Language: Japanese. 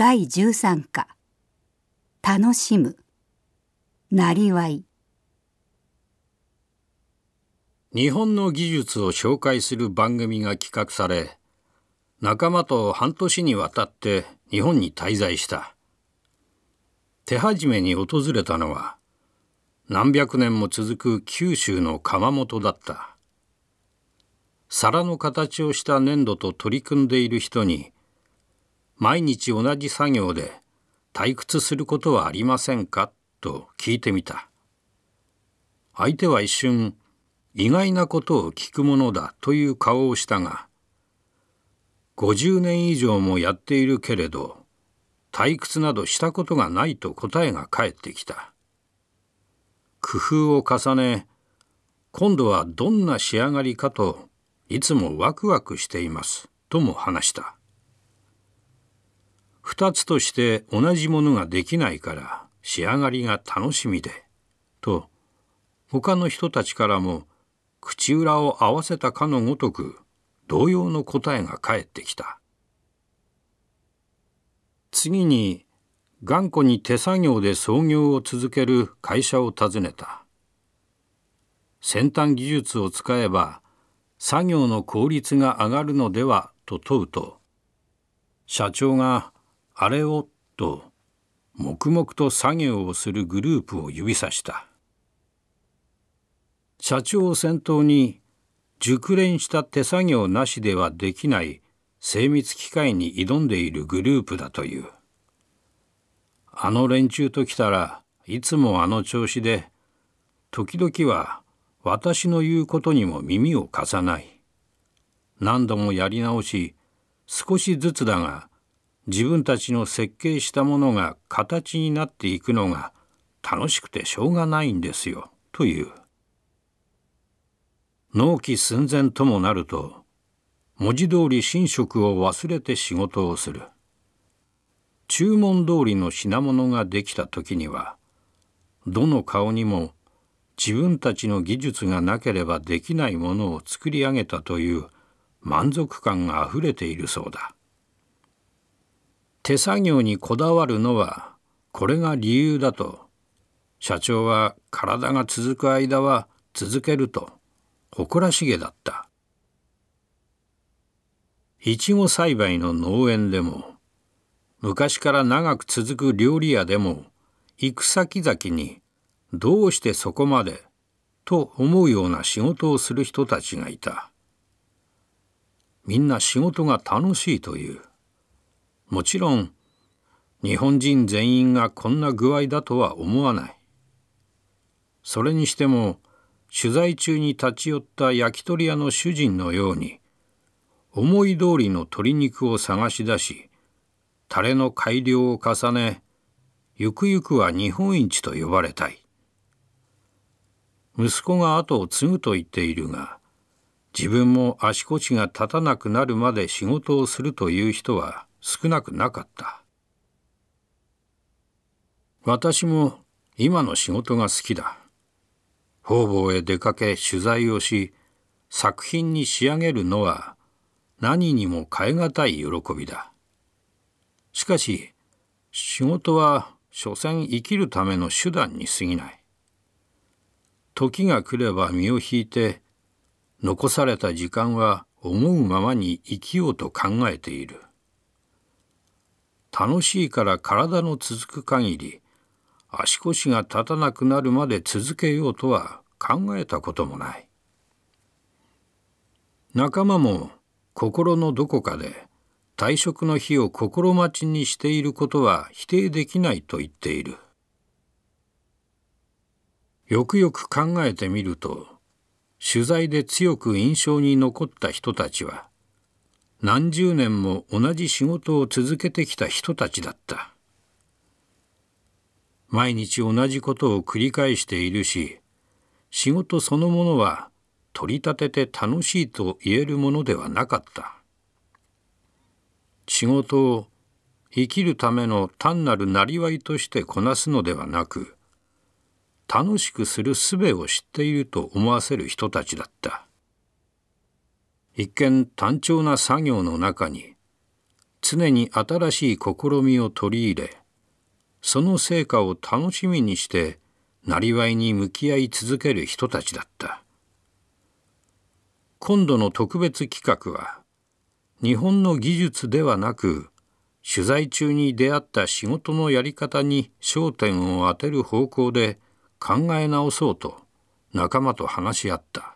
第13課楽しむなりわい。 日本の技術を紹介する番組が企画され、仲間と半年にわたって日本に滞在した。手始めに訪れたのは何百年も続く九州の窯元だった。皿の形をした粘土と取り組んでいる人に、毎日同じ作業で退屈することはありませんかと聞いてみた。相手は一瞬、意外なことを聞くものだという顔をしたが、50年以上もやっているけれど、退屈などしたことがないと答えが返ってきた。工夫を重ね、今度はどんな仕上がりかといつもワクワクしていますとも話した。二つとして同じものができないから仕上がりが楽しみでと、他の人たちからも口裏を合わせたかのごとく同様の答えが返ってきた。次に頑固に手作業で操業を続ける会社を訪ねた。先端技術を使えば作業の効率が上がるのではと問うと、社長があれをと黙々と作業をするグループを指さした。社長を先頭に熟練した手作業なしではできない精密機械に挑んでいるグループだという。あの連中ときたらいつもあの調子で、時々は私の言うことにも耳を貸さない。何度もやり直し、少しずつだが自分たちの設計したものが形になっていくのが楽しくてしょうがないんですよという。納期寸前ともなると、文字通り寝食を忘れて仕事をする。注文通りの品物ができた時には、どの顔にも自分たちの技術がなければできないものを作り上げたという満足感があふれているそうだ。手作業にこだわるのはこれが理由だと、社長は体が続く間は続けると誇らしげだった。いちご栽培の農園でも、昔から長く続く料理屋でも、行く先々にどうしてそこまでと思うような仕事をする人たちがいた。みんな仕事が楽しいという。もちろん日本人全員がこんな具合だとは思わない。それにしても取材中に立ち寄った焼き鳥屋の主人のように、思い通りの鶏肉を探し出し、タレの改良を重ね、ゆくゆくは日本一と呼ばれたい。息子が後を継ぐと言っているが、自分も足腰が立たなくなるまで仕事をするという人は少なくなかった。私も今の仕事が好きだ。方々へ出かけ取材をし、作品に仕上げるのは何にも代え難い喜びだ。しかし、仕事は所詮生きるための手段に過ぎない。時が来れば身を引いて、残された時間は思うままに生きようと考えている。楽しいから体の続く限り、足腰が立たなくなるまで続けようとは考えたこともない。仲間も心のどこかで退職の日を心待ちにしていることは否定できないと言っている。よくよく考えてみると、取材で強く印象に残った人たちは、何十年も同じ仕事を続けてきた人たちだった。毎日同じことを繰り返しているし、仕事そのものは取り立てて楽しいと言えるものではなかった。仕事を生きるための単なるなりわいとしてこなすのではなく、楽しくする術を知っていると思わせる人たちだった。一見単調な作業の中に、 常に新しい試みを取り入れ、その成果を楽しみにしてなりわいに向き合い続ける人たちだった。今度の特別企画は、日本の技術ではなく、取材中に出会った仕事のやり方に焦点を当てる方向で考え直そうと仲間と話し合った。